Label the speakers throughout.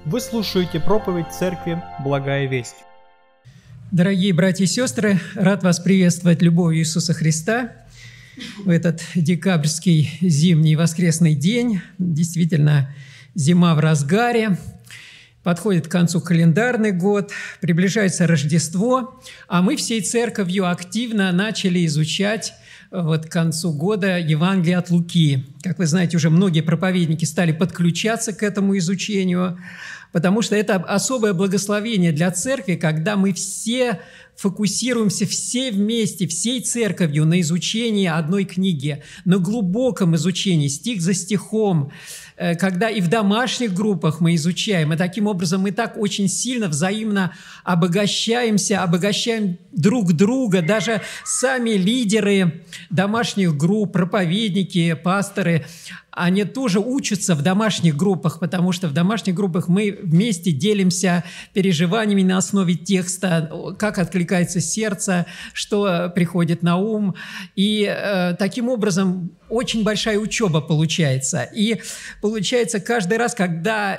Speaker 1: Вы слушаете проповедь Церкви «Благая весть».
Speaker 2: Дорогие братья и сестры, рад вас приветствовать любовью Иисуса Христа в этот декабрьский зимний воскресный день. Действительно, зима в разгаре, подходит к концу календарный год, приближается Рождество, а мы всей церковью активно начали изучать к концу года Евангелие от Луки. Как вы знаете, уже многие проповедники стали подключаться к этому изучению, потому что это особое благословение для церкви, когда мы все фокусируемся все вместе, всей церковью на изучении одной книги, на глубоком изучении, стих за стихом, когда и в домашних группах мы изучаем, и таким образом мы так очень сильно взаимно обогащаемся, обогащаем друг друга, даже сами лидеры домашних групп, проповедники, пасторы, они тоже учатся в домашних группах, потому что в домашних группах мы вместе делимся переживаниями на основе текста, как откликается сердце, что приходит на ум. И таким образом очень большая учеба получается. И получается каждый раз, когда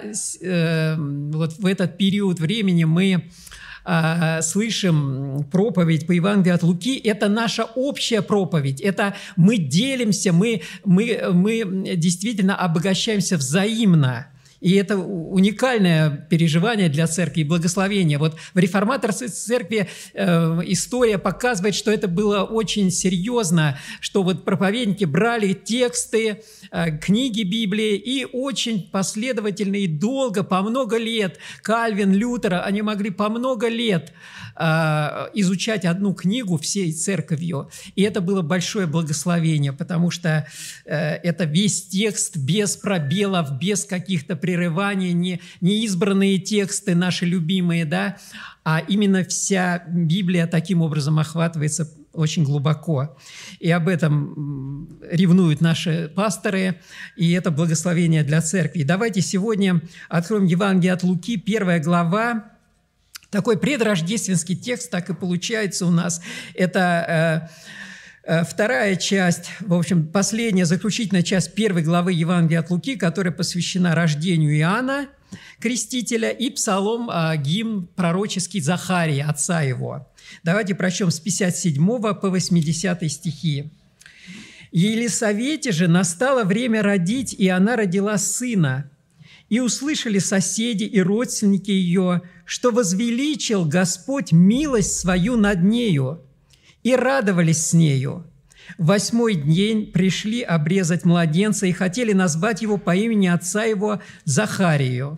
Speaker 2: вот в этот период времени мы слышим проповедь по Евангелию от Луки, это наша общая проповедь, это мы делимся, мы действительно обогащаемся взаимно. И это уникальное переживание для церкви и благословение. Вот в реформаторской церкви история показывает, что это было очень серьезно, что вот проповедники брали тексты, книги Библии и очень последовательно и долго, по много лет, Кальвин, Лютер, они могли по много лет изучать одну книгу всей церковью. И это было большое благословение, потому что это весь текст без пробелов, без каких-то прерываний, не избранные тексты наши любимые, да, а именно вся Библия таким образом охватывается очень глубоко. И об этом ревнуют наши пасторы, и это благословение для церкви. Давайте сегодня откроем Евангелие от Луки, 1 глава. Такой предрождественский текст так и получается у нас. Это вторая часть, в общем, последняя, заключительная часть 1 главы Евангелия от Луки, которая посвящена рождению Иоанна Крестителя, и псалом, гимн пророческий Захарии, отца его. Давайте прочтем с 57 по 80 стихи. «Елисавете же настало время родить, и она родила сына. И услышали соседи и родственники ее, что возвеличил Господь милость свою над нею, и радовались с нею. В 8-й день пришли обрезать младенца и хотели назвать его по имени отца его Захарию.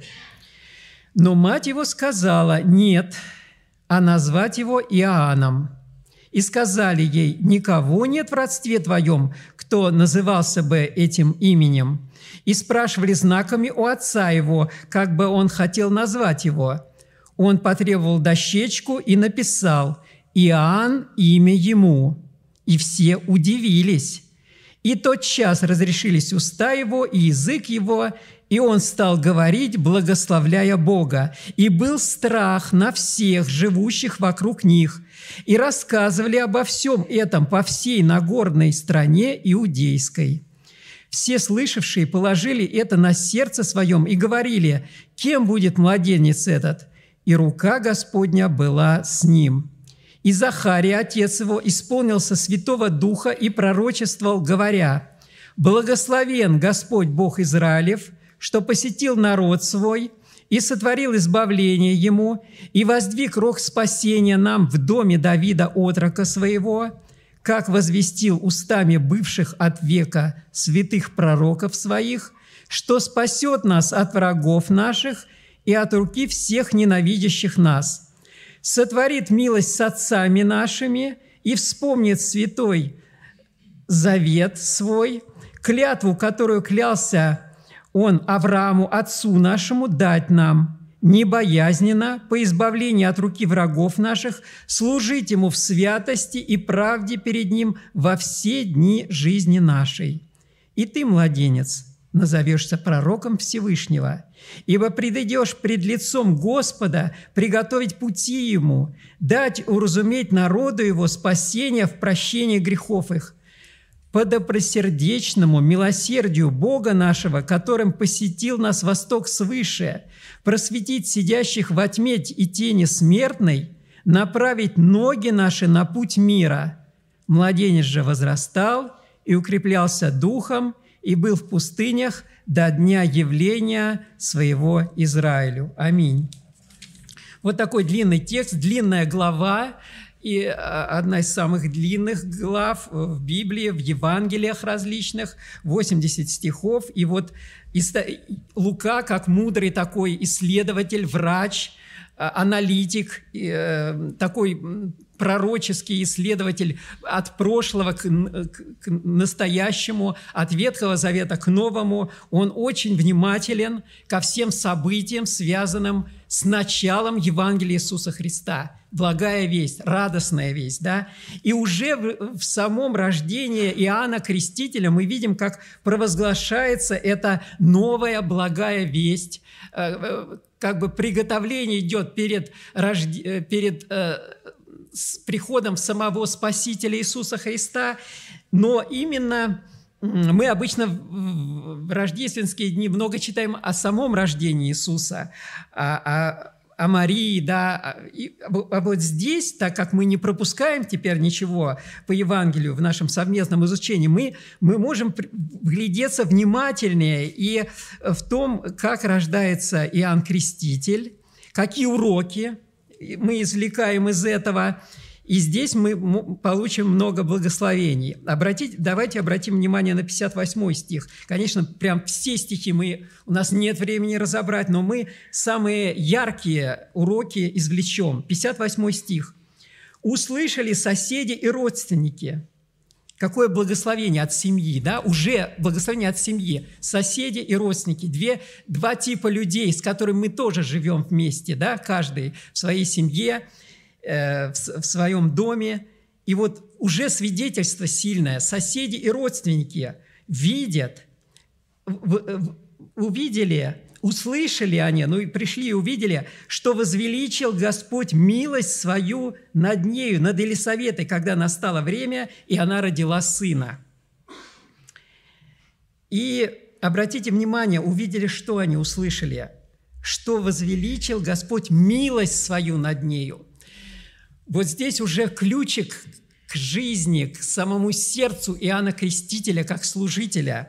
Speaker 2: Но мать его сказала: нет, а назвать его Иоанном. И сказали ей: никого нет в родстве твоем, кто назывался бы этим именем. И спрашивали знаками у отца его, как бы он хотел назвать его. Он потребовал дощечку и написал: Иоанн имя ему. И все удивились. И тотчас разрешились уста его и язык его, и он стал говорить, благословляя Бога. И был страх на всех живущих вокруг них. И рассказывали обо всем этом по всей Нагорной стране иудейской. Все слышавшие положили это на сердце своем и говорили: кем будет младенец этот? И рука Господня была с ним. И Захарий, отец его, исполнился Святого Духа и пророчествовал, говоря: «Благословен Господь Бог Израилев, что посетил народ свой и сотворил избавление ему, и воздвиг рог спасения нам в доме Давида, отрока своего, как возвестил устами бывших от века святых пророков своих, что спасет нас от врагов наших и от руки всех ненавидящих нас. Сотворит милость с отцами нашими и вспомнит святой завет свой, клятву, которую клялся он Аврааму, отцу нашему, дать нам, небоязненно, по избавлению от руки врагов наших, служить ему в святости и правде перед ним во все дни жизни нашей. И ты, младенец, назовешься пророком Всевышнего, ибо предыдешь пред лицом Господа приготовить пути Ему, дать уразуметь народу Его спасение в прощении грехов их, по добросердечному милосердию Бога нашего, которым посетил нас восток свыше, просветить сидящих во тьме и тени смертной, направить ноги наши на путь мира. Младенец же возрастал и укреплялся духом, и был в пустынях до дня явления своего Израилю». Аминь. Вот такой длинный текст, длинная глава, и одна из самых длинных глав в Библии, в Евангелиях различных, 80 стихов. И вот Лука, как мудрый такой исследователь, врач, аналитик, такой пророческий исследователь от прошлого к настоящему, от Ветхого Завета к Новому, он очень внимателен ко всем событиям, связанным с началом Евангелия Иисуса Христа. Благая весть, радостная весть, да? И уже в самом рождении Иоанна Крестителя мы видим, как провозглашается эта новая благая весть, как бы приготовление идет перед приходом самого Спасителя Иисуса Христа, но именно мы обычно в рождественские дни много читаем о самом рождении Иисуса, о Марии, да, а вот здесь, так как мы не пропускаем теперь ничего по Евангелию в нашем совместном изучении, мы можем вглядеться внимательнее и в том, как рождается Иоанн Креститель, какие уроки мы извлекаем из этого, и здесь мы получим много благословений. Давайте обратим внимание на 58 стих. Конечно, прям все стихи у нас нет времени разобрать, но мы самые яркие уроки извлечем. 58 стих. «Услышали соседи и родственники». Какое благословение от семьи, да? Уже благословение от семьи. Соседи и родственники. Два типа людей, с которыми мы тоже живем вместе, да? Каждый в своей семье, в своем доме. И вот уже свидетельство сильное. Соседи и родственники видят, увидели, услышали они, и пришли и увидели, что возвеличил Господь милость свою над нею, над Елисаветой, когда настало время, и она родила сына. И обратите внимание, увидели, что они услышали, что возвеличил Господь милость свою над нею. Вот здесь уже ключик к жизни, к самому сердцу Иоанна Крестителя, как служителя.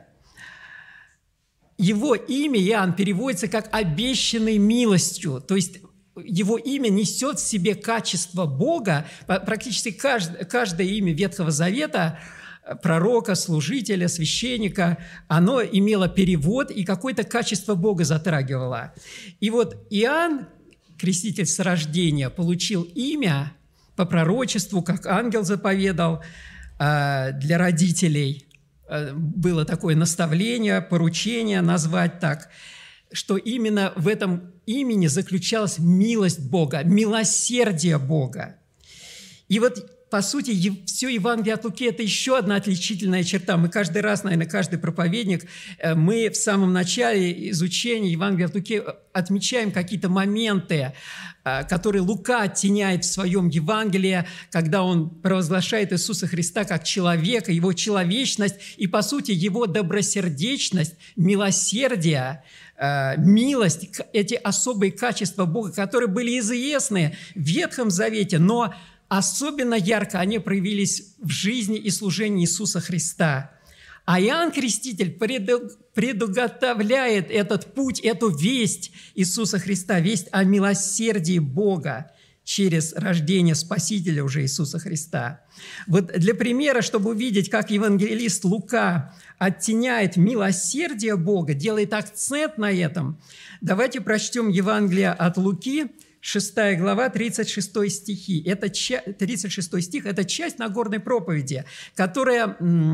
Speaker 2: Его имя, Иоанн, переводится как «обещанный милостью», то есть его имя несет в себе качество Бога. Практически каждое имя Ветхого Завета, пророка, служителя, священника, оно имело перевод и какое-то качество Бога затрагивало. И вот Иоанн, креститель с рождения, получил имя по пророчеству, как ангел заповедал для родителей. Было такое наставление, поручение назвать так, что именно в этом имени заключалась милость Бога, милосердие Бога. И вот, по сути, все Евангелие от Луки – это еще одна отличительная черта. Мы каждый раз, наверное, каждый проповедник, мы в самом начале изучения Евангелия от Луки отмечаем какие-то моменты, которые Лука оттеняет в своем Евангелии, когда он провозглашает Иисуса Христа как человека, его человечность и, по сути, его добросердечность, милосердие, милость, эти особые качества Бога, которые были известны в Ветхом Завете, но особенно ярко они проявились в жизни и служении Иисуса Христа. А Иоанн Креститель предуготовляет этот путь, эту весть Иисуса Христа, весть о милосердии Бога через рождение Спасителя уже Иисуса Христа. Вот для примера, чтобы увидеть, как евангелист Лука оттеняет милосердие Бога, делает акцент на этом, давайте прочтем Евангелие от Луки, 6 глава, 36 стихи. 36 стих – это часть Нагорной проповеди, которая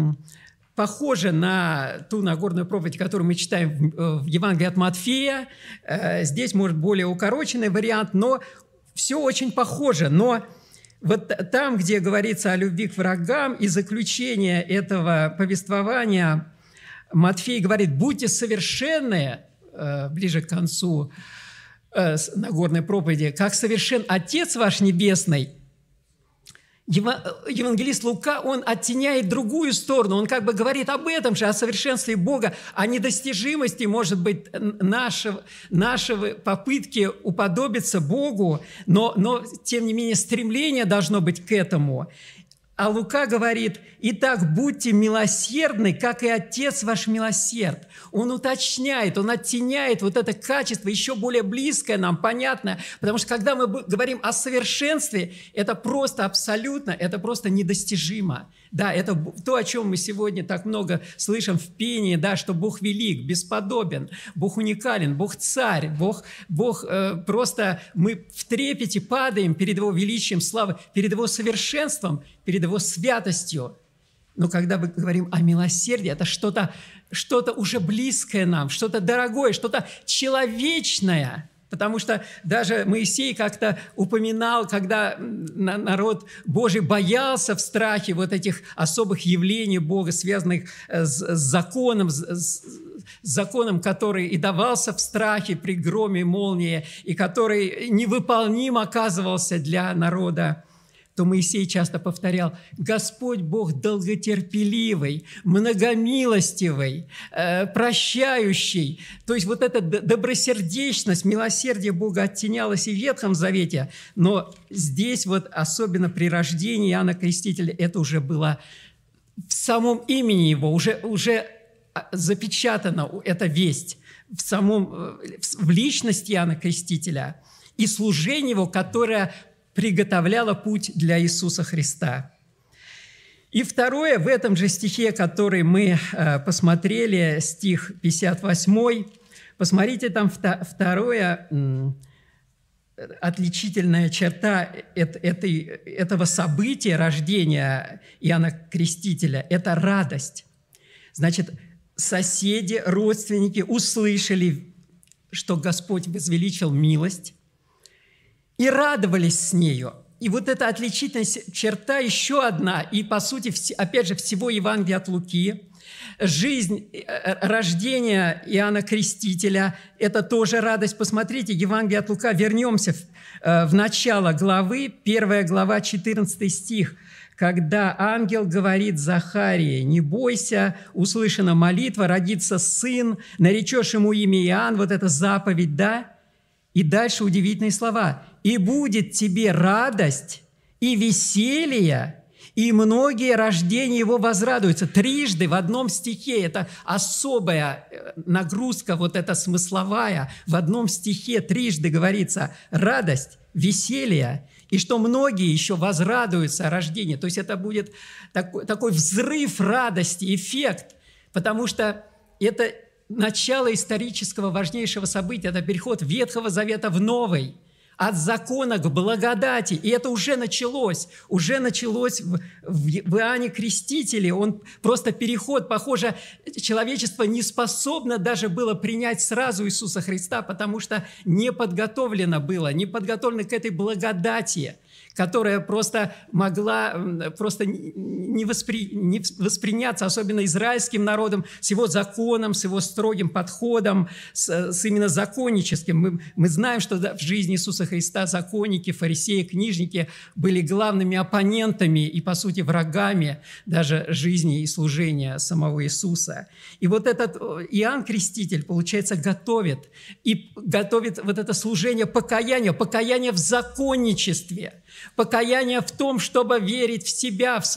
Speaker 2: похожа на ту Нагорную проповедь, которую мы читаем в Евангелии от Матфея. Здесь, может, более укороченный вариант, но все очень похоже. Но вот там, где говорится о любви к врагам и заключение этого повествования, Матфей говорит: «Будьте совершенны», ближе к концу Нагорной проповеди, «как совершен Отец ваш Небесный». Евангелист Лука, он оттеняет другую сторону, он как бы говорит об этом же, о совершенстве Бога, о недостижимости, может быть, нашей попытки уподобиться Богу, но тем не менее стремление должно быть к этому. А Лука говорит: «Итак, будьте милосердны, как и Отец ваш милосерд». Он уточняет, он оттеняет вот это качество, еще более близкое нам, понятное, потому что когда мы говорим о совершенстве, это просто абсолютно, это просто недостижимо. Да, это то, о чем мы сегодня так много слышим в пении, да, что Бог велик, бесподобен, Бог уникален, Бог царь, Бог просто мы в трепете падаем перед Его величием славы, перед Его совершенством, перед Его святостью. Но когда мы говорим о милосердии, это что-то уже близкое нам, что-то дорогое, что-то человечное. Потому что даже Моисей как-то упоминал, когда народ Божий боялся в страхе вот этих особых явлений Бога, связанных с законом, который и давался в страхе при громе и молнии, и который невыполним оказывался для народа, то Моисей часто повторял: «Господь Бог долготерпеливый, многомилостивый, прощающий». То есть вот эта добросердечность, милосердие Бога оттенялось и в Ветхом Завете, но здесь вот особенно при рождении Иоанна Крестителя это уже было в самом имени Его, уже запечатана эта весть в личности Иоанна Крестителя и служение Его, которое приготовляла путь для Иисуса Христа. И второе, в этом же стихе, который мы посмотрели, стих 58, посмотрите, там второе, отличительная черта этого события рождения Иоанна Крестителя – это радость. Значит, соседи, родственники услышали, что Господь возвеличил милость, и радовались с нею. И вот эта отличительная черта еще одна, и, по сути, опять же, всего Евангелия от Луки, жизнь рождения Иоанна Крестителя – это тоже радость. Посмотрите, Евангелие от Лука, вернемся в начало главы, 1 глава, 14 стих, когда ангел говорит Захарии: «Не бойся, услышана молитва, родится сын, наречешь ему имя Иоанн», вот эта заповедь, да? И дальше удивительные слова: «И будет тебе радость и веселье, и многие рождения его возрадуются». Трижды в одном стихе, это особая нагрузка, вот эта смысловая, в одном стихе трижды говорится радость, веселье, и что многие еще возрадуются о рождении. То есть это будет такой взрыв радости, эффект, потому что это начало исторического важнейшего события, это переход Ветхого Завета в Новый, от закона к благодати. И это уже началось в Иоанне Крестителе. Он просто переход, похоже, человечество не способно даже было принять сразу Иисуса Христа, потому что не подготовлено к этой благодати, которая просто могла не восприняться, особенно израильским народом, с его законом, с его строгим подходом, с именно законническим. Мы знаем, что в жизни Иисуса Христа законники, фарисеи, книжники были главными оппонентами и, по сути, врагами даже жизни и служения самого Иисуса. И вот этот Иоанн Креститель, получается, готовит вот это служение покаяние в законничестве, покаяние в том, чтобы верить в себя, в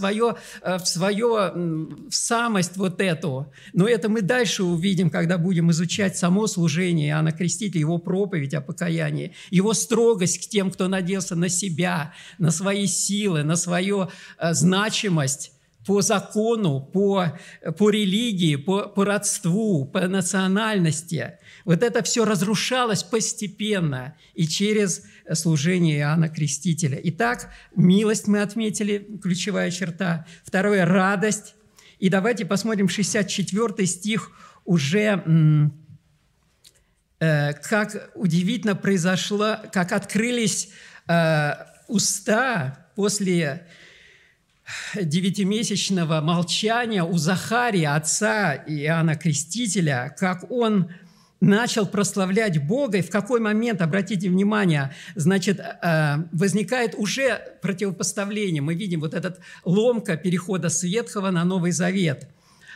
Speaker 2: самость вот эту. Но это мы дальше увидим, когда будем изучать само служение Иоанна Крестителя, его проповедь о покаянии, его строгость к тем, кто надеялся на себя, на свои силы, на свою значимость по закону, по религии, по родству, по национальности. Вот это все разрушалось постепенно и через служение Иоанна Крестителя. Итак, милость мы отметили, ключевая черта. Второе – радость. И давайте посмотрим 64 стих уже, как удивительно произошло, как открылись уста после 9-месячного молчания у Захария, отца Иоанна Крестителя, как он начал прославлять Бога, и в какой момент, обратите внимание, значит, возникает уже противопоставление. Мы видим вот этот ломка перехода с Ветхого на Новый Завет.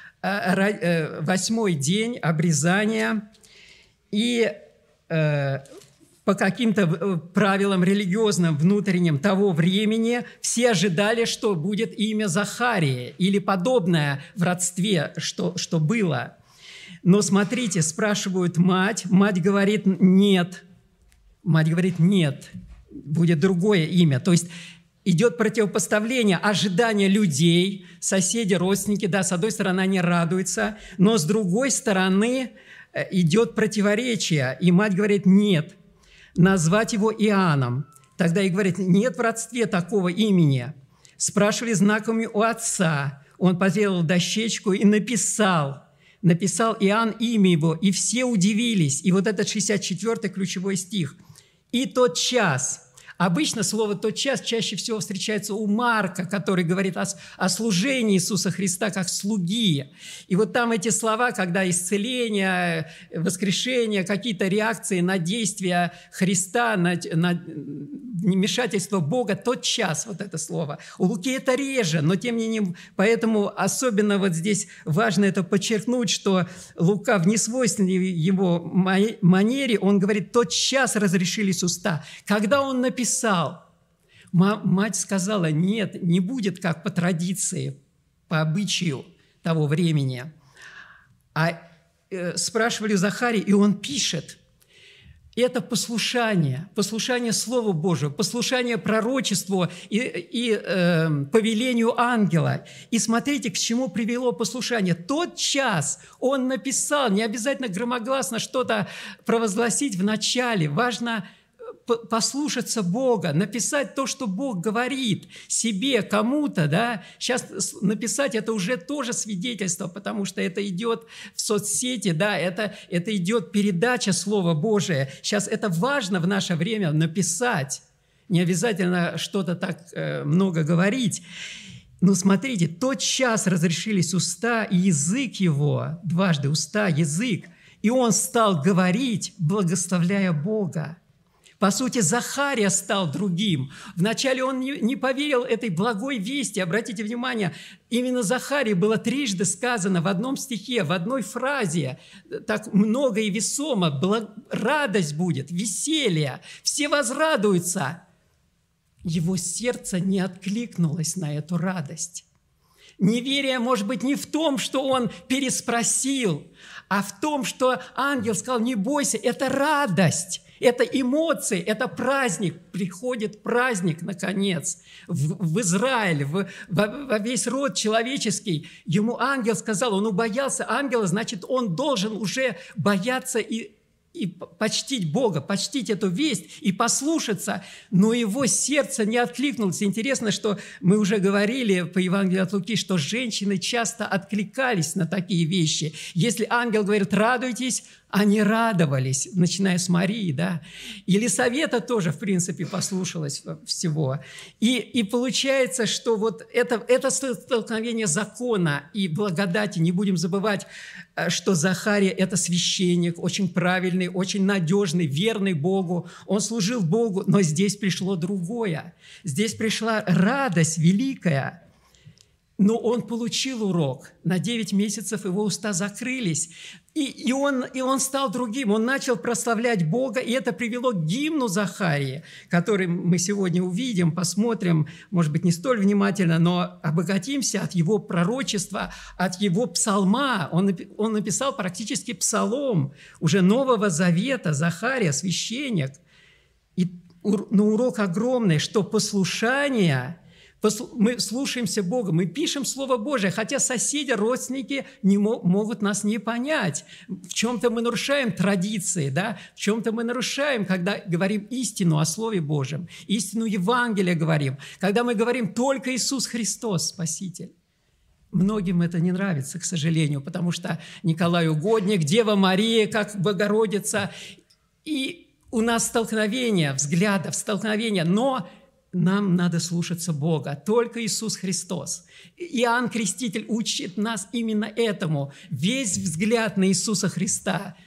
Speaker 2: 8-й день обрезания, и по каким-то правилам религиозным, внутренним того времени все ожидали, что будет имя Захария или подобное в родстве, что было. Но смотрите, спрашивают мать говорит нет. Мать говорит нет, будет другое имя. То есть идет противопоставление ожидания людей, соседи, родственники. Да, с одной стороны, они радуются, но с другой стороны идет противоречие. И мать говорит нет, назвать его Иоанном. Тогда и говорит, нет в родстве такого имени. Спрашивали знаками у отца. Он поделал дощечку и написал Иоанн имя его, и все удивились. И вот этот 64-й ключевой стих. «И тот час». Обычно слово «тот час» чаще всего встречается у Марка, который говорит о служении Иисуса Христа как слуги. И вот там эти слова, когда исцеление, воскрешение, какие-то реакции на действия Христа, на вмешательство Бога, тот час, вот это слово. У Луки это реже, но тем не менее, поэтому особенно вот здесь важно это подчеркнуть, что Лука в несвойственной его манере, он говорит, тот час разрешились уста. Когда он написал, мать сказала, нет, не будет как по традиции, по обычаю того времени. Спрашивали Захария, и он пишет. Это послушание Слову Божию, послушание пророчеству и повелению ангела. И смотрите, к чему привело послушание. Тот час он написал, не обязательно громогласно что-то провозгласить в начале, важно послушаться Бога, написать то, что Бог говорит себе, кому-то, да. Сейчас написать это уже тоже свидетельство, потому что это идет в соцсети, да, это идет передача Слова Божия. Сейчас это важно в наше время написать, не обязательно что-то так много говорить. Но смотрите, тот час разрешились уста, и язык его, дважды уста, язык, и он стал говорить, благословляя Бога. По сути, Захария стал другим. Вначале он не поверил этой благой вести. Обратите внимание, именно Захарии было трижды сказано в одном стихе, в одной фразе, так много и весомо, радость будет, веселье, все возрадуются. Его сердце не откликнулось на эту радость. Неверие может быть не в том, что он переспросил, а в том, что ангел сказал, не бойся, это радость. Это эмоции, это праздник. Приходит праздник, наконец, в Израиль, во весь род человеческий. Ему ангел сказал, он убоялся ангела, значит, он должен уже бояться и почтить Бога, почтить эту весть и послушаться, но его сердце не откликнулось. Интересно, что мы уже говорили по Евангелию от Луки, что женщины часто откликались на такие вещи. Если ангел говорит «радуйтесь», они радовались, начиная с Марии, да. Елисавета тоже, в принципе, послушалась всего. И получается, что вот это столкновение закона и благодати, не будем забывать, что Захария – это священник, очень правильный, очень надежный, верный Богу. Он служил Богу, но здесь пришло другое. Здесь пришла радость великая. Но он получил урок. На 9 месяцев его уста закрылись. И он стал другим. Он начал прославлять Бога, и это привело к гимну Захарии, который мы сегодня увидим, посмотрим, может быть, не столь внимательно, но обогатимся от его пророчества, от его псалма. Он написал практически псалом уже Нового Завета, Захария, священник. Но урок огромный, что послушание... Мы слушаемся Бога, мы пишем Слово Божие, хотя соседи, родственники могут нас не понять. В чем-то мы нарушаем традиции, да? В чем-то мы нарушаем, когда говорим истину о Слове Божьем, истину Евангелия говорим, когда мы говорим только Иисус Христос, Спаситель. Многим это не нравится, к сожалению, потому что Николай Угодник, Дева Мария, как Богородица. И у нас столкновение взглядов, столкновение, но... Нам надо слушаться Бога, только Иисус Христос. Иоанн Креститель учит нас именно этому. Весь взгляд на Иисуса Христа,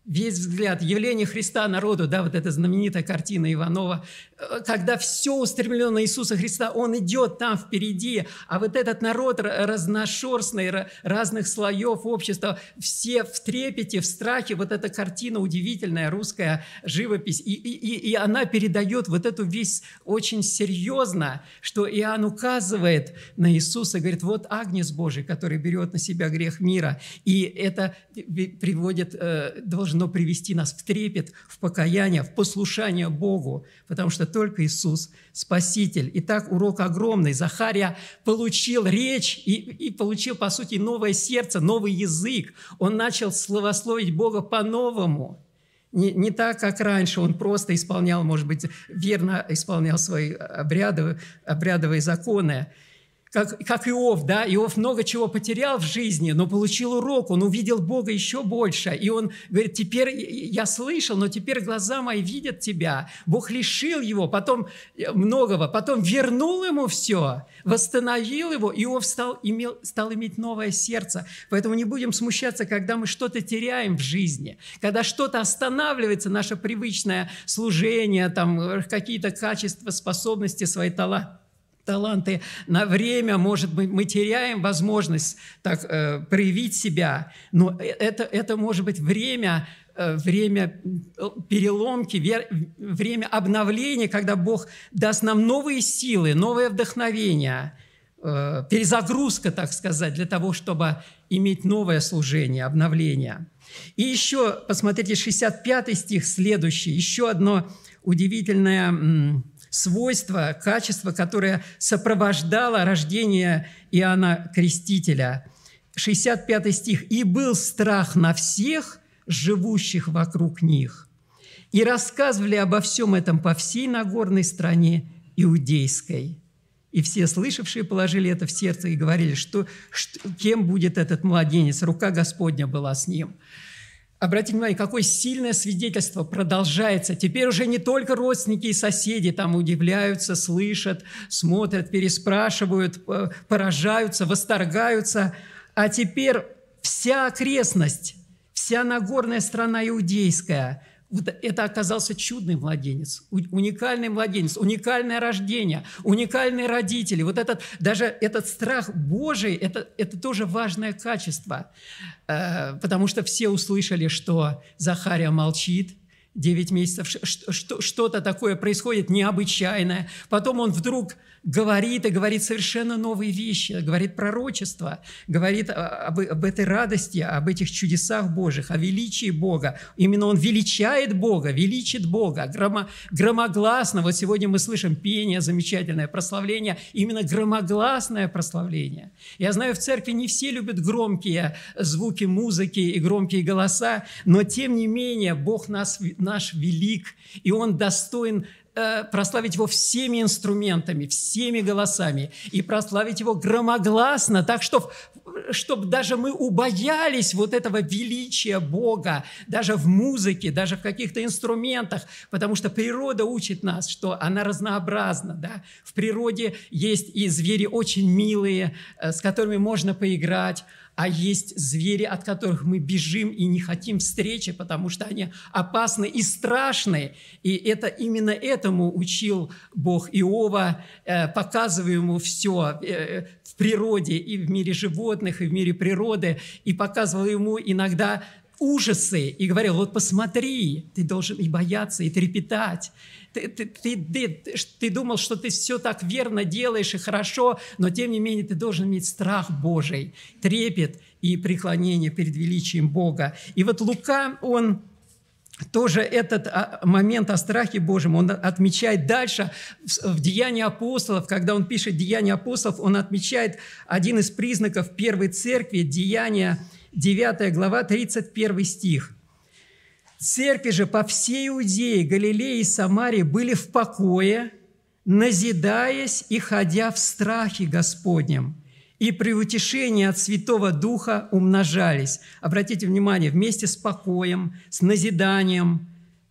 Speaker 2: весь взгляд, явление Христа народу, да, вот эта знаменитая картина Иванова, когда все устремлено на Иисуса Христа, Он идет там впереди, а вот этот народ разношерстный, разных слоев общества, все в трепете, в страхе, вот эта картина удивительная, русская живопись, и она передает вот эту вещь очень серьезно, что Иоанн указывает на Иисуса, говорит, вот Агнец Божий, который берет на себя грех мира, и это приводит, должно привести нас в трепет, в покаяние, в послушание Богу, потому что только Иисус – Спаситель. Итак, урок огромный. Захария получил речь и получил, по сути, новое сердце, новый язык. Он начал славословить Бога по-новому. Не так, как раньше. Он просто исполнял, может быть, верно исполнял свои обрядовые законы. Как Иов, да, Иов много чего потерял в жизни, но получил урок, он увидел Бога еще больше, и он говорит, теперь я слышал, но теперь глаза мои видят тебя. Бог лишил его, потом многого, потом вернул ему все, восстановил его, и Иов стал иметь новое сердце. Поэтому не будем смущаться, когда мы что-то теряем в жизни, когда что-то останавливается, наше привычное служение, там, какие-то качества, способности, свои таланты на время, может быть, мы теряем возможность так проявить себя, но это может быть время переломки, время обновления, когда Бог даст нам новые силы, новое вдохновение, перезагрузка, так сказать, для того, чтобы иметь новое служение, обновление. И еще, посмотрите, 65 стих, следующий, еще одно удивительное свойство, качество, которое сопровождало рождение Иоанна Крестителя. 65 стих. «И был страх на всех, живущих вокруг них, и рассказывали обо всем этом по всей Нагорной стране иудейской. И все слышавшие положили это в сердце и говорили, кем будет этот младенец, рука Господня была с ним». Обратите внимание, какое сильное свидетельство продолжается. Теперь уже не только родственники и соседи там удивляются, слышат, смотрят, переспрашивают, поражаются, восторгаются, а теперь вся окрестность, вся Нагорная страна иудейская. Вот это оказался чудный младенец, уникальный младенец, уникальное рождение, уникальные родители. Вот даже этот страх Божий – это тоже важное качество, потому что все услышали, что Захария молчит 9 месяцев, что-то такое происходит необычайное. Потом он вдруг говорит и говорит совершенно новые вещи, говорит пророчество, говорит об этой радости, об этих чудесах Божьих, о величии Бога. Именно он величает Бога, величит Бога, громогласно. Вот сегодня мы слышим пение, замечательное прославление, именно громогласное прославление. Я знаю, в церкви не все любят громкие звуки музыки и громкие голоса, но тем не менее Бог наш велик, и Он достоин прославить Его всеми инструментами, всеми голосами, и прославить Его громогласно, так, чтобы даже мы убоялись вот этого величия Бога, даже в музыке, даже в каких-то инструментах, потому что природа учит нас, что она разнообразна. Да? В природе есть и звери очень милые, с которыми можно поиграть, а есть звери, от которых мы бежим и не хотим встречи, потому что они опасны и страшны. И именно этому учил Бог Иова, показывая ему все в природе, и в мире животных, и в мире природы, и показывал ему иногда ужасы, и говорил, вот посмотри, ты должен и бояться, и трепетать. Ты думал, что ты все так верно делаешь и хорошо, но тем не менее ты должен иметь страх Божий, трепет и преклонение перед величием Бога. И вот Лука, он тоже этот момент о страхе Божьем, он отмечает дальше в Деянии апостолов, когда он пишет Деяния апостолов, он отмечает один из признаков первой церкви, Деяния 9 глава, 31 стих. «Церкви же по всей Иудее, Галилее и Самарии были в покое, назидаясь и ходя в страхе Господнем, и при утешении от Святого Духа умножались». Обратите внимание, вместе с покоем, с назиданием,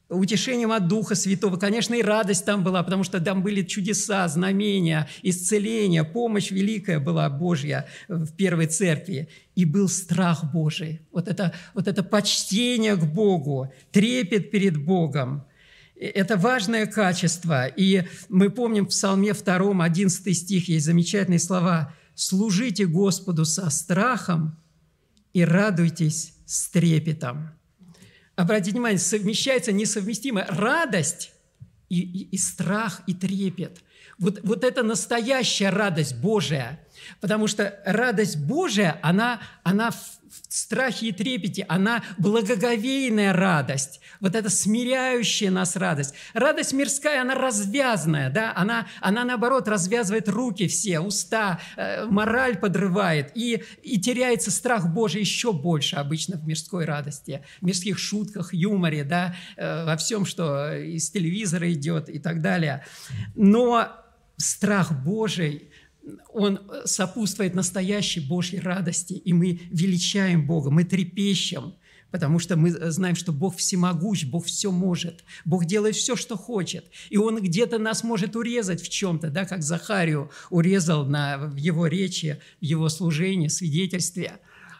Speaker 2: утешением от Духа Святого. Конечно, и радость там была, потому что там были чудеса, знамения, исцеления, помощь великая была Божья в первой церкви. И был страх Божий. Вот это почтение к Богу, трепет перед Богом. Это важное качество. И мы помним в Псалме 2, 11 стих, есть замечательные слова: «Служите Господу со страхом и радуйтесь с трепетом». Обратите внимание, совмещается несовместимая радость и страх, и трепет. Вот это настоящая радость Божия. Потому что радость Божия, она в страхе и трепете, она благоговейная радость. Вот эта смиряющая нас радость. Радость мирская, она развязная, да? Она наоборот развязывает руки все, уста, мораль подрывает. И теряется страх Божий еще больше обычно в мирской радости, в мирских шутках, юморе, да? Во всем, что из телевизора идет и так далее. Но страх Божий, он сопутствует настоящей Божьей радости, и мы величаем Бога, мы трепещем, потому что мы знаем, что Бог всемогущ, Бог все может, Бог делает все, что хочет, и Он где-то нас может урезать в чем-то, да, как Захарию урезал в его речи, в его служении, свидетельстве.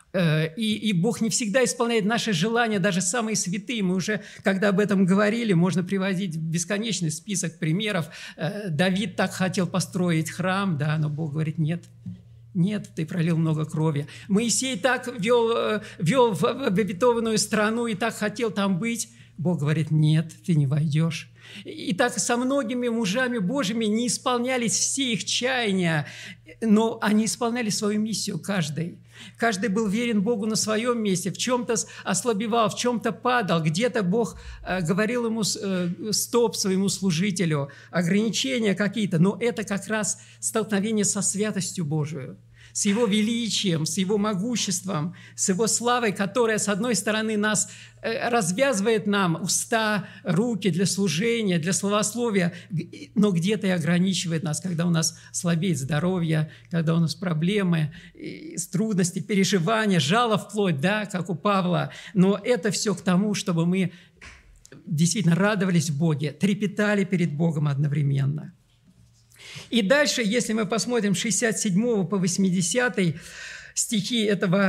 Speaker 2: И Бог не всегда исполняет наши желания, даже самые святые. Мы уже, когда об этом говорили, можно приводить бесконечный список примеров. Давид так хотел построить храм, да, но Бог говорит: нет, ты пролил много крови. Моисей так вел в обетованную страну и так хотел там быть. Бог говорит: нет, ты не войдешь. И так со многими мужами Божьими не исполнялись все их чаяния, но они исполняли свою миссию каждый. Каждый был верен Богу на своем месте, в чем-то ослабевал, в чем-то падал, где-то Бог говорил ему стоп своему служителю, ограничения какие-то, но это как раз столкновение со святостью Божией, с Его величием, с Его могуществом, с Его славой, которая, с одной стороны, нас развязывает нам уста, руки для служения, для словословия, но где-то и ограничивает нас, когда у нас слабеет здоровье, когда у нас проблемы, трудности, переживания, жало вплоть, да, как у Павла. Но это все к тому, чтобы мы действительно радовались в Боге, трепетали перед Богом одновременно. И дальше, если мы посмотрим с 67 по 80 стихи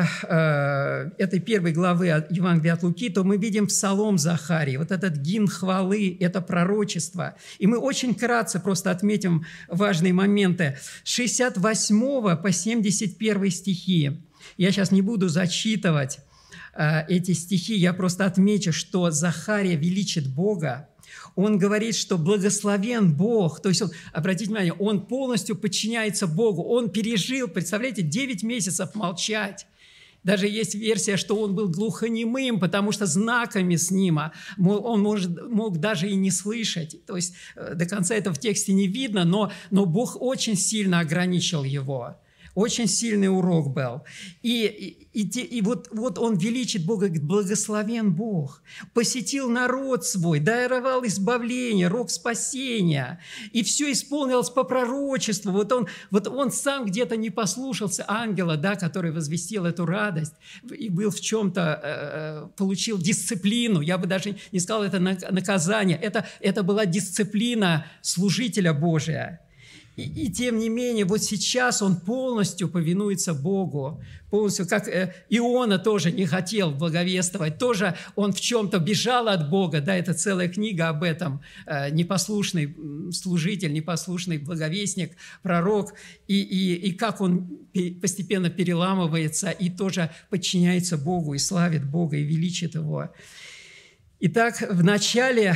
Speaker 2: этой первой главы Евангелия от Луки, то мы видим Псалом Захарии, вот этот гимн хвалы, это пророчество. И мы очень вкратце просто отметим важные моменты. С 68 по 71 стихи. Я сейчас не буду зачитывать эти стихи, я просто отмечу, что Захария величит Бога. Он говорит, что благословен Бог. То есть, обратите внимание, он полностью подчиняется Богу. Он пережил, представляете, 9 месяцев молчать. Даже есть версия, что он был глухонемым, потому что знаками с ним он мог даже и не слышать. То есть до конца это в тексте не видно, но Бог очень сильно ограничил его. Очень сильный урок был. И вот он величит Бога, говорит: благословен Бог, посетил народ свой, даровал избавление, рог спасения, и все исполнилось по пророчеству. Вот он сам где-то не послушался ангела, да, который возвестил эту радость, и был в чем-то, получил дисциплину, я бы даже не сказал, это наказание, это была дисциплина служителя Божия. И тем не менее, вот сейчас он полностью повинуется Богу, полностью, как Иона тоже не хотел благовествовать, тоже он в чем-то бежал от Бога, да, это целая книга об этом, непослушный служитель, непослушный благовестник, пророк, и как он постепенно переламывается и тоже подчиняется Богу, и славит Бога, и величит Его. Итак, в начале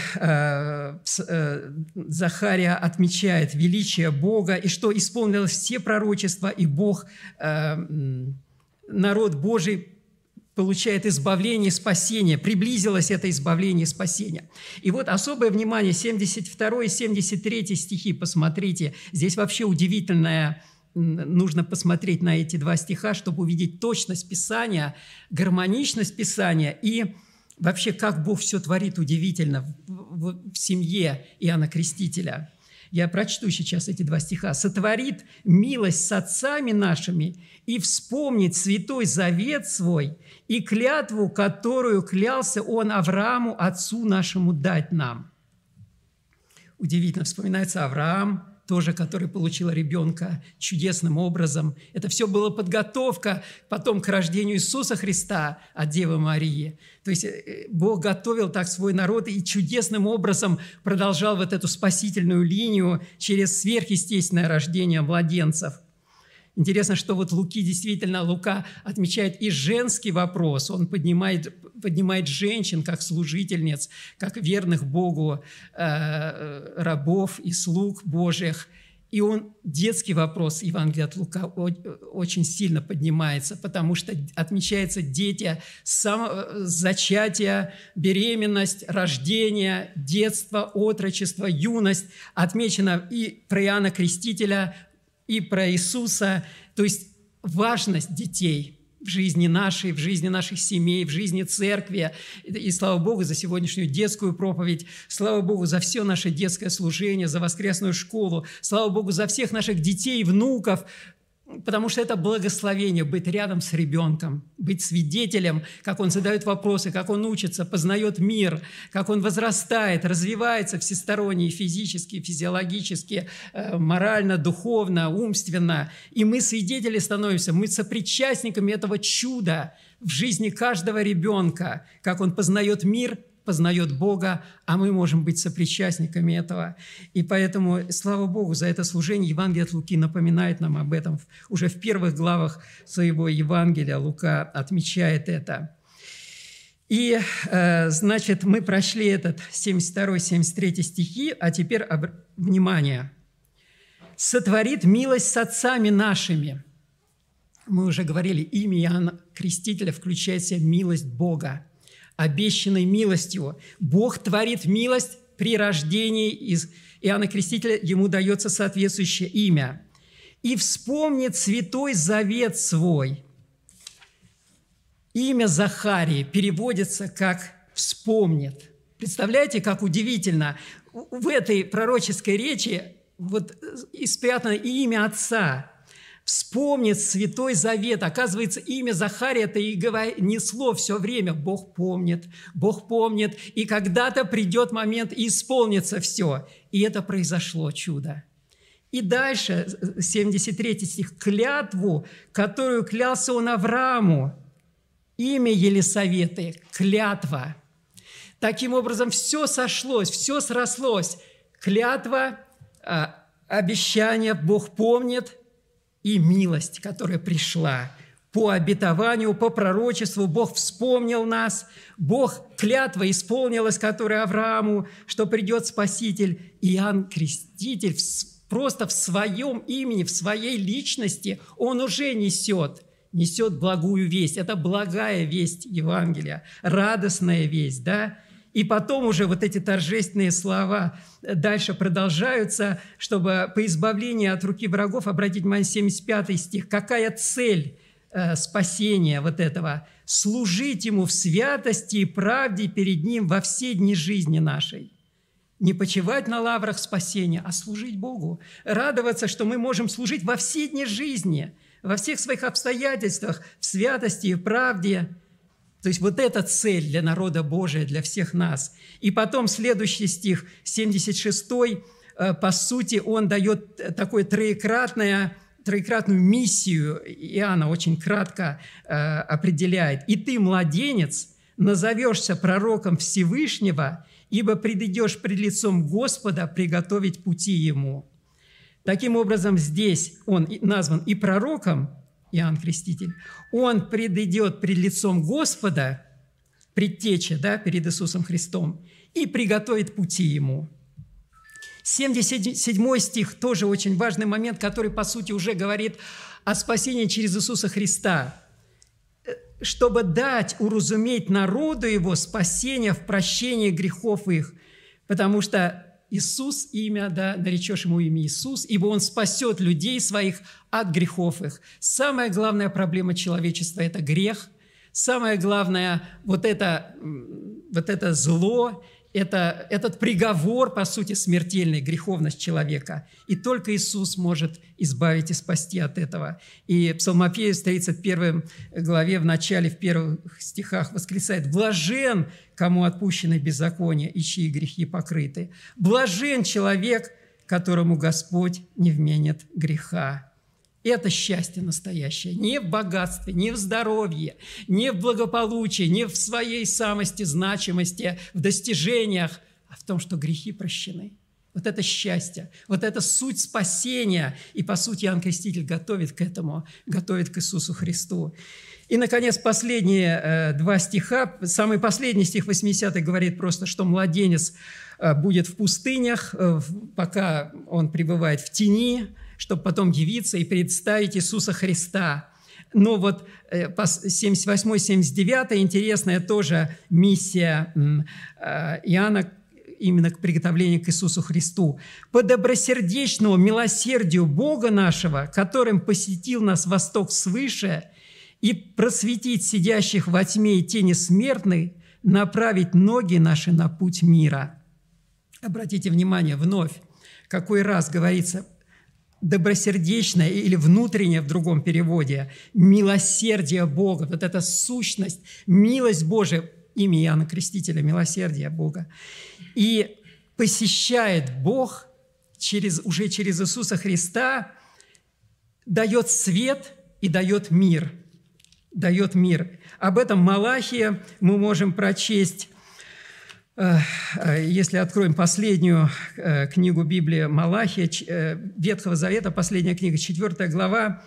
Speaker 2: Захария отмечает величие Бога, и что исполнилось все пророчества, и Бог, народ Божий, получает избавление и спасение. Приблизилось это избавление и спасение. И вот особое внимание, 72 и 73 стихи, посмотрите. Здесь вообще удивительное, нужно посмотреть на эти два стиха, чтобы увидеть точность Писания, гармоничность Писания и вообще, как Бог все творит удивительно в семье Иоанна Крестителя. Я прочту сейчас эти 2 стиха. «Сотворит милость с отцами нашими и вспомнит святой завет свой и клятву, которую клялся он Аврааму, отцу нашему, дать нам». Удивительно, вспоминается Авраам, тоже, который получил ребенка чудесным образом. Это все была подготовка потом к рождению Иисуса Христа от Девы Марии. То есть Бог готовил так свой народ и чудесным образом продолжал вот эту спасительную линию через сверхъестественное рождение младенцев. Интересно, что вот Лука отмечает и женский вопрос. Он поднимает женщин как служительниц, как верных Богу рабов и слуг Божьих. И он детский вопрос Евангелия от Лука очень сильно поднимается, потому что отмечаются дети с зачатия, беременность, рождение, детство, отрочество, юность. Отмечено и про Иоанна Крестителя, и про Иисуса, то есть важность детей в жизни нашей, в жизни наших семей, в жизни церкви. И слава Богу за сегодняшнюю детскую проповедь, слава Богу за все наше детское служение, за воскресную школу, слава Богу за всех наших детей и внуков, потому что это благословение быть рядом с ребенком, быть свидетелем, как он задает вопросы, как он учится, познает мир, как он возрастает, развивается всесторонне, физически, физиологически, морально, духовно, умственно. И мы свидетели становимся, мы сопричастниками этого чуда в жизни каждого ребенка, как он познает мир, познает Бога, а мы можем быть сопричастниками этого. И поэтому, слава Богу, за это служение Евангелие от Луки напоминает нам об этом. Уже в первых главах своего Евангелия Лука отмечает это. И, значит, мы прошли этот 72-73 стихи, а теперь, внимание, «Сотворит милость с отцами нашими». Мы уже говорили, имя Иоанна Крестителя включает в себя милость Бога, обещанной милостью. Бог творит милость при рождении из Иоанна Крестителя, ему дается соответствующее имя. «И вспомнит святой завет свой». Имя Захарии переводится как «вспомнит». Представляете, как удивительно. В этой пророческой речи вот испрятано и имя Отца. Вспомнит святой завет. Оказывается, имя Захария это и несло все время. Бог помнит, и когда-то придет момент, и исполнится все. И это произошло чудо. И дальше, 73 стих, «Клятву, которую клялся он Аврааму». Имя Елисаветы, клятва. Таким образом, все сошлось, все срослось. Клятва, обещание, Бог помнит, и милость, которая пришла по обетованию, по пророчеству. Бог вспомнил нас, Бог, клятва исполнилась, которая Аврааму, что придет Спаситель. Иоанн Креститель просто в своем имени, в своей личности он уже несет благую весть. Это благая весть Евангелия, радостная весть, да? И потом уже вот эти торжественные слова дальше продолжаются, чтобы по избавлению от руки врагов, обратить внимание, 75 стих. Какая цель спасения вот этого? Служить Ему в святости и правде перед Ним во все дни жизни нашей. Не почивать на лаврах спасения, а служить Богу. Радоваться, что мы можем служить во все дни жизни, во всех своих обстоятельствах, в святости и правде. То есть вот эта цель для народа Божия, для всех нас. И потом следующий стих, 76, по сути, он дает такую троекратную миссию. Иоанна очень кратко определяет. «И ты, младенец, назовешься пророком Всевышнего, ибо предыдешь пред лицом Господа приготовить пути Ему». Таким образом, здесь он назван и пророком, Иоанн Креститель, он предыдет пред лицом Господа, предтеча, да, перед Иисусом Христом, и приготовит пути Ему. 77 стих, тоже очень важный момент, который, по сути, уже говорит о спасении через Иисуса Христа, чтобы дать уразуметь народу Его спасение в прощении грехов их, потому что Иисус, имя, да, наречешь Ему имя Иисус, ибо Он спасет людей своих от грехов их. Самая главная проблема человечества – это грех. Самое главное – вот это зло этот приговор, по сути, смертельный, греховность человека. И только Иисус может избавить и спасти от этого. И Псалмопевец в 31 главе, в начале, в первых стихах восклицает: «Блажен, кому отпущены беззакония и чьи грехи покрыты. Блажен человек, которому Господь не вменит греха». Это счастье настоящее. Не в богатстве, не в здоровье, не в благополучии, не в своей самости, значимости, в достижениях, а в том, что грехи прощены. Вот это счастье, вот это суть спасения. И, по сути, Иоанн Креститель готовит к этому, готовит к Иисусу Христу. И, наконец, последние два стиха. Самый последний стих, 80-й, говорит просто, что младенец будет в пустынях, пока он пребывает в тени, чтобы потом явиться и представить Иисуса Христа. Но вот 78-79 интересная тоже миссия Иоанна именно к приготовлению к Иисусу Христу. «По добросердечному милосердию Бога нашего, которым посетил нас восток свыше, и просветить сидящих во тьме и тени смертной, направить ноги наши на путь мира». Обратите внимание, вновь, какой раз говорится добросердечное или внутреннее в другом переводе, милосердие Бога, вот эта сущность, милость Божия, имя Иоанна Крестителя, милосердие Бога. И посещает Бог уже через Иисуса Христа, дает свет и дает мир. Дает мир. Об этом Малахия мы можем прочесть, если откроем последнюю книгу Библии Малахия, Ветхого Завета, последняя книга, 4 глава,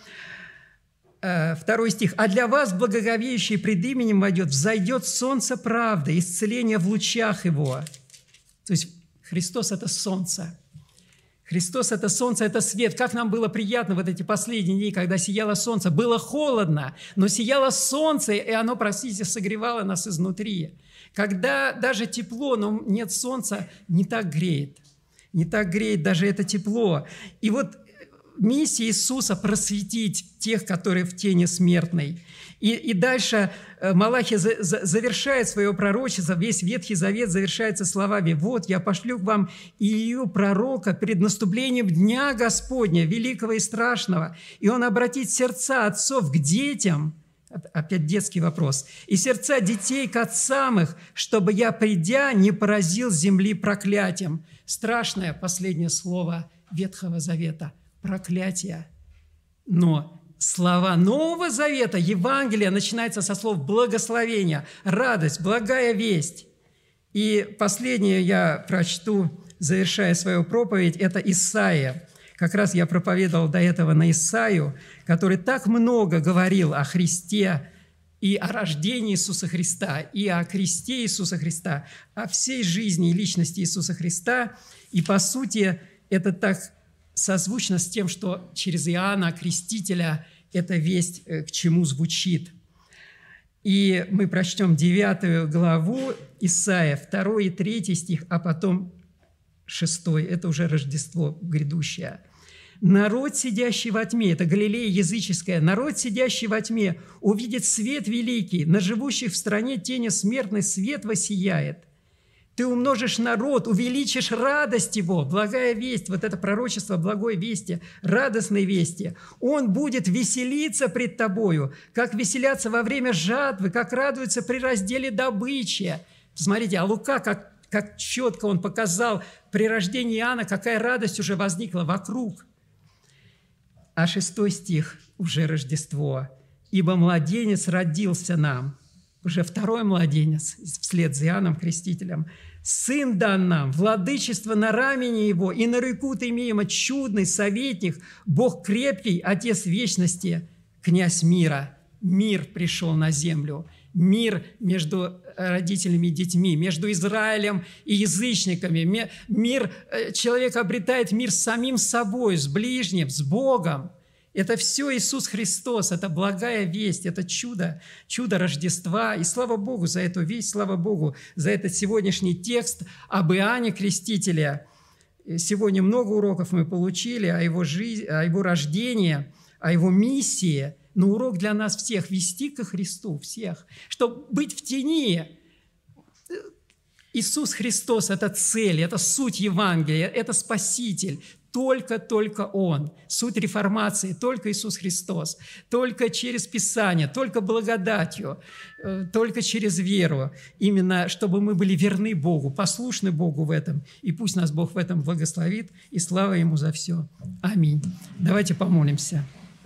Speaker 2: 2 стих. «А для вас, благоговеющие пред именем войдет, взойдет солнце правды, исцеление в лучах его». То есть Христос – это солнце. Христос – это солнце, это свет. Как нам было приятно вот эти последние дни, когда сияло солнце. Было холодно, но сияло солнце, и оно, простите, согревало нас изнутри. Когда даже тепло, но нет солнца, не так греет. Не так греет даже это тепло. И вот миссия Иисуса – просветить тех, которые в тени смертной. И дальше Малахия завершает свое пророчество, весь Ветхий Завет завершается словами: «Вот я пошлю к вам Илью, пророка, перед наступлением Дня Господня, великого и страшного, и он обратит сердца отцов к детям». Опять детский вопрос. «И сердца детей к отцам их, чтобы я, придя, не поразил земли проклятием». Страшное последнее слово Ветхого Завета – проклятие. Но слова Нового Завета, Евангелие, начинается со слов благословения, радость, благая весть. И последнее я прочту, завершая свою проповедь, это Исаия. Как раз я проповедовал до этого на Исаию, который так много говорил о Христе и о рождении Иисуса Христа, и о кресте Иисуса Христа, о всей жизни и личности Иисуса Христа. И, по сути, это так созвучно с тем, что через Иоанна Крестителя эта весть к чему звучит. И мы прочтем 9 главу Исаия, 2 и 3 стих, а потом 6, это уже Рождество грядущее. «Народ, сидящий во тьме», это Галилея языческая, «народ, сидящий во тьме, увидит свет великий, на живущих в стране тени смертной свет воссияет. Ты умножишь народ, увеличишь радость его». Благая весть, вот это пророчество благой вести, радостной вести. «Он будет веселиться пред тобою, как веселятся во время жатвы, как радуются при разделе добычи». Посмотрите, а Лука как четко он показал при рождении Иоанна, какая радость уже возникла вокруг. А 6 стих, уже Рождество. «Ибо младенец родился нам». Уже второй младенец, вслед за Иоанном Крестителем. «Сын дан нам, владычество на рамени его, и нарекут имя ему чудный советник, Бог крепкий, Отец вечности, князь мира». Мир пришел на землю. Мир между родителями и детьми, между Израилем и язычниками. Мир, человек обретает мир с самим собой, с ближним, с Богом. Это все Иисус Христос, это благая весть, это чудо Рождества. И слава Богу за эту весть, слава Богу за этот сегодняшний текст об Иоанне Крестителе. Сегодня много уроков мы получили о его жизни, о его рождении, о его миссии. Но урок для нас всех – вести ко Христу, всех. Чтобы быть в тени, Иисус Христос – это цель, это суть Евангелия, это Спаситель. Только Он. Суть реформации – только Иисус Христос. Только через Писание, только благодатью, только через веру. Именно, чтобы мы были верны Богу, послушны Богу в этом. И пусть нас Бог в этом благословит, и слава Ему за все. Аминь. Давайте помолимся.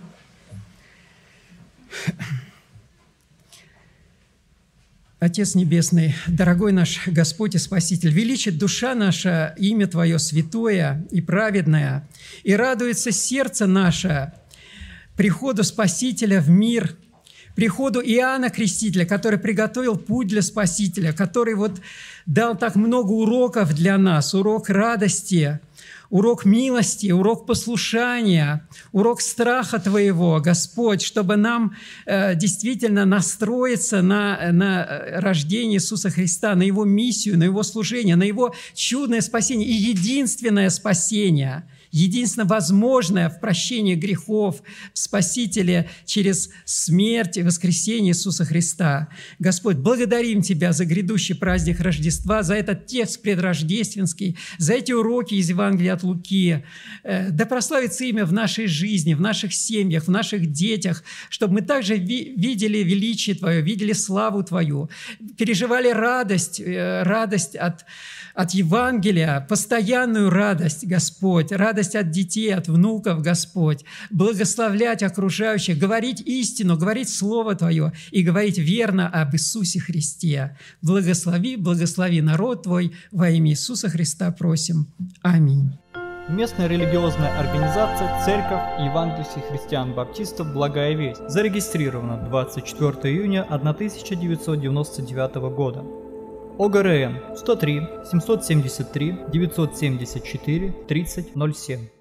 Speaker 2: Отец Небесный, дорогой наш Господь и Спаситель, величит душа наша имя Твое святое и праведное, и радуется сердце наше приходу Спасителя в мир, приходу Иоанна Крестителя, который приготовил путь для Спасителя, который вот дал так много уроков для нас, урок радости, урок милости, урок послушания, урок страха Твоего, Господь, чтобы нам действительно настроиться на рождение Иисуса Христа, на Его миссию, на Его служение, на Его чудное спасение и единственное спасение, единственно возможное в прощении грехов, в Спасителе через смерть и воскресение Иисуса Христа. Господь, благодарим Тебя за грядущий праздник Рождества, за этот текст предрождественский, за эти уроки из Евангелия от Луки. Да прославится имя в нашей жизни, в наших семьях, в наших детях, чтобы мы также видели величие Твое, видели славу Твою, переживали радость от Евангелия, постоянную радость, Господь, радость от детей, от внуков, Господь, благословлять окружающих, говорить истину, говорить Слово Твое и говорить верно об Иисусе Христе. Благослови народ Твой, во имя Иисуса Христа просим. Аминь.
Speaker 1: Местная религиозная организация «Церковь евангельских христиан-баптистов Благая Весть» зарегистрирована 24 июня 1999 года. ОГРН 103 773 974 3007.